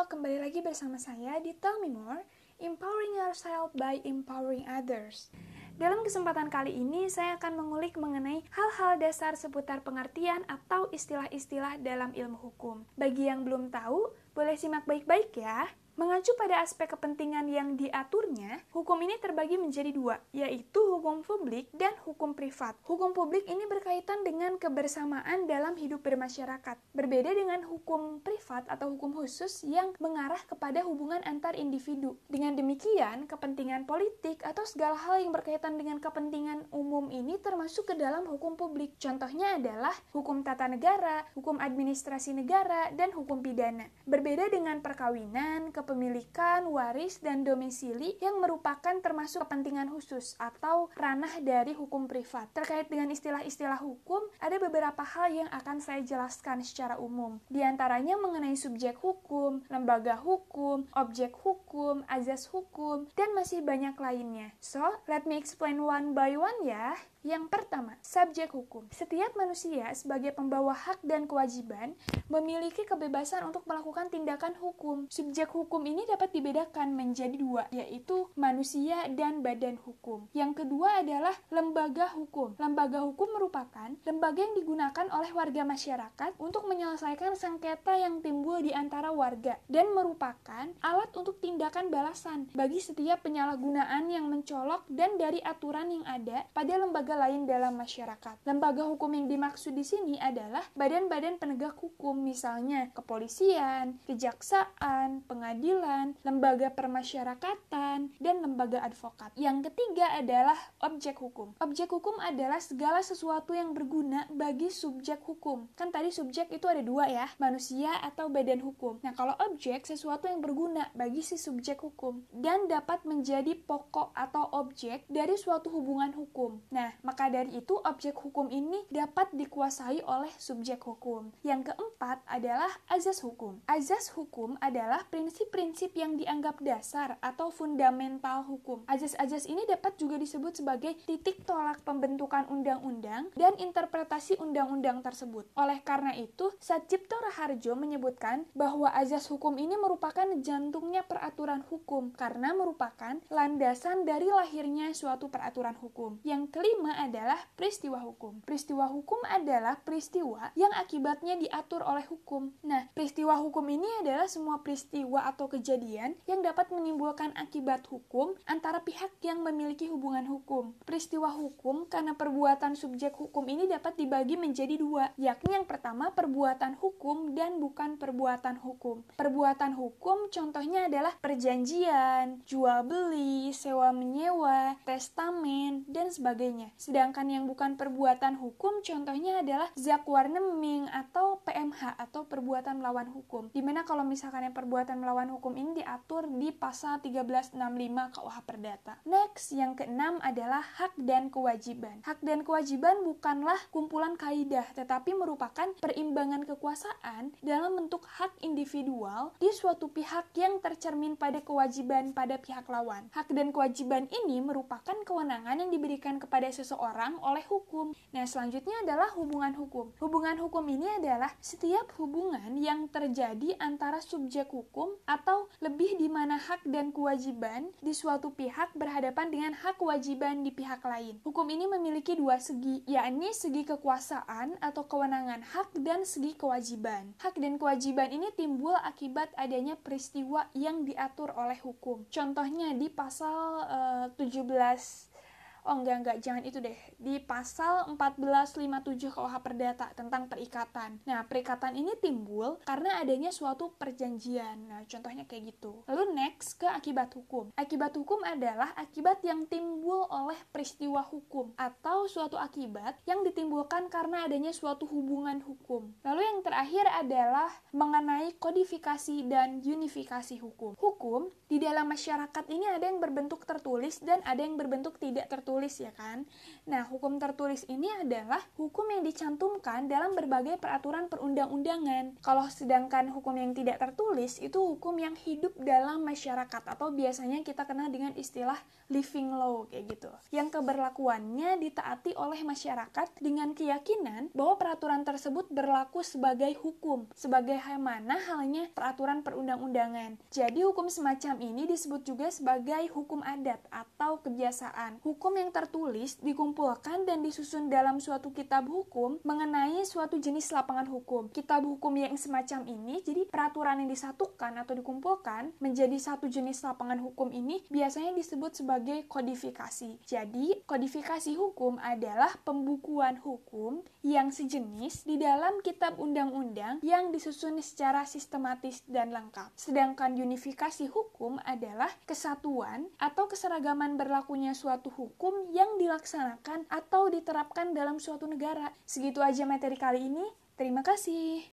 kembali lagi bersama saya di Tell Me More, Empowering Yourself by Empowering Others. Dalam kesempatan kali ini, saya akan mengulik mengenai hal-hal dasar seputar pengertian atau istilah-istilah dalam ilmu hukum. Bagi yang belum tahu, boleh simak baik-baik ya. Mengacu pada aspek kepentingan yang diaturnya, hukum ini terbagi menjadi dua, yaitu hukum publik dan hukum privat. Hukum publik ini berkaitan dengan kebersamaan dalam hidup bermasyarakat, berbeda dengan hukum privat atau hukum khusus yang mengarah kepada hubungan antar individu. Dengan demikian, kepentingan politik atau segala hal yang berkaitan dengan kepentingan umum ini termasuk ke dalam hukum publik. Contohnya adalah hukum tata negara, hukum administrasi negara, dan hukum pidana. Berbeda dengan perkawinan, kepemilikan, waris, dan domisili yang merupakan termasuk kepentingan khusus atau ranah dari hukum privat. Terkait dengan istilah-istilah hukum, ada beberapa hal yang akan saya jelaskan secara umum. Di antaranya mengenai subjek hukum, lembaga hukum, objek hukum, azas hukum, dan masih banyak lainnya. So, let me explain one by one ya. Yang pertama, subjek hukum. Setiap manusia sebagai pembawa hak dan kewajiban memiliki kebebasan untuk melakukan tindakan hukum. Subjek hukum ini dapat dibedakan menjadi dua, yaitu manusia dan badan hukum. Yang kedua adalah lembaga hukum. Lembaga hukum merupakan lembaga yang digunakan oleh warga masyarakat untuk menyelesaikan sengketa yang timbul di antara warga dan merupakan alat untuk tindakan balasan bagi setiap penyalahgunaan yang mencolok dan dari aturan yang ada pada lembaga lain dalam masyarakat. Lembaga hukum yang dimaksud di sini adalah badan-badan penegak hukum, misalnya kepolisian, kejaksaan, pengadilan, lembaga permasyarakatan, dan lembaga advokat. Yang ketiga adalah objek hukum. Objek hukum adalah segala sesuatu yang berguna bagi subjek hukum. Kan tadi subjek itu ada dua ya, manusia atau badan hukum. Nah, kalau objek, sesuatu yang berguna bagi si subjek hukum dan dapat menjadi pokok atau objek dari suatu hubungan hukum. Nah, maka dari itu objek hukum ini dapat dikuasai oleh subjek hukum. Yang keempat adalah azas hukum. Azas hukum adalah prinsip-prinsip yang dianggap dasar atau fundamental hukum. Azas-azas ini dapat juga disebut sebagai titik tolak pembentukan undang-undang dan interpretasi undang-undang tersebut. Oleh karena itu, Satjipto Raharjo menyebutkan bahwa azas hukum ini merupakan jantungnya peraturan hukum karena merupakan landasan dari lahirnya suatu peraturan hukum. Yang kelima adalah peristiwa hukum. Peristiwa hukum adalah peristiwa yang akibatnya diatur oleh hukum. Nah, peristiwa hukum ini adalah semua peristiwa atau kejadian yang dapat menimbulkan akibat hukum antara pihak yang memiliki hubungan hukum. Peristiwa hukum karena perbuatan subjek hukum ini dapat dibagi menjadi dua, yakni yang pertama perbuatan hukum dan bukan perbuatan hukum. Perbuatan hukum contohnya adalah perjanjian, jual beli, sewa menyewa, testamen, dan sebagainya. Sedangkan yang bukan perbuatan hukum contohnya adalah zakwarneming atau PMH atau perbuatan melawan hukum. Dimana kalau misalkan yang perbuatan melawan hukum ini diatur di pasal 1365 KUH Perdata. Next, yang keenam adalah hak dan kewajiban. Hak dan kewajiban bukanlah kumpulan kaidah, tetapi merupakan perimbangan kekuasaan dalam bentuk hak individual di suatu pihak yang tercermin pada kewajiban pada pihak lawan. Hak dan kewajiban ini merupakan kewenangan yang diberikan kepada seseorang oleh hukum. Nah, selanjutnya adalah hubungan hukum. Hubungan hukum ini adalah setiap hubungan yang terjadi antara subjek hukum atau lebih di mana hak dan kewajiban di suatu pihak berhadapan dengan hak kewajiban di pihak lain. Hukum ini memiliki dua segi, yakni segi kekuasaan atau kewenangan hak dan segi kewajiban. Hak dan kewajiban ini timbul akibat adanya peristiwa yang diatur oleh hukum. Contohnya di pasal 17 jangan itu deh. Di pasal 1457 KUH Perdata tentang perikatan. Nah, perikatan ini timbul karena adanya suatu perjanjian. Nah, contohnya kayak gitu. Lalu next ke akibat hukum. Akibat hukum adalah akibat yang timbul oleh peristiwa hukum atau suatu akibat yang ditimbulkan karena adanya suatu hubungan hukum. Lalu yang terakhir adalah mengenai kodifikasi dan unifikasi hukum. Hukum di dalam masyarakat ini ada yang berbentuk tertulis dan ada yang berbentuk tidak tertulis tertulis ya kan. Nah, hukum tertulis ini adalah hukum yang dicantumkan dalam berbagai peraturan perundang-undangan. Kalau sedangkan hukum yang tidak tertulis itu hukum yang hidup dalam masyarakat atau biasanya kita kenal dengan istilah living law kayak gitu. Yang keberlakuannya ditaati oleh masyarakat dengan keyakinan bahwa peraturan tersebut berlaku sebagai hukum, sebagaimana halnya peraturan perundang-undangan. Jadi hukum semacam ini disebut juga sebagai hukum adat atau kebiasaan. Hukum yang tertulis dikumpulkan dan disusun dalam suatu kitab hukum mengenai suatu jenis lapangan hukum. Kitab hukum yang semacam ini, jadi peraturan yang disatukan atau dikumpulkan menjadi satu jenis lapangan hukum ini biasanya disebut sebagai kodifikasi. Jadi, kodifikasi hukum adalah pembukuan hukum yang sejenis di dalam kitab undang-undang yang disusun secara sistematis dan lengkap. Sedangkan unifikasi hukum adalah kesatuan atau keseragaman berlakunya suatu hukum yang dilaksanakan atau diterapkan dalam suatu negara. Segitu aja materi kali ini. Terima kasih.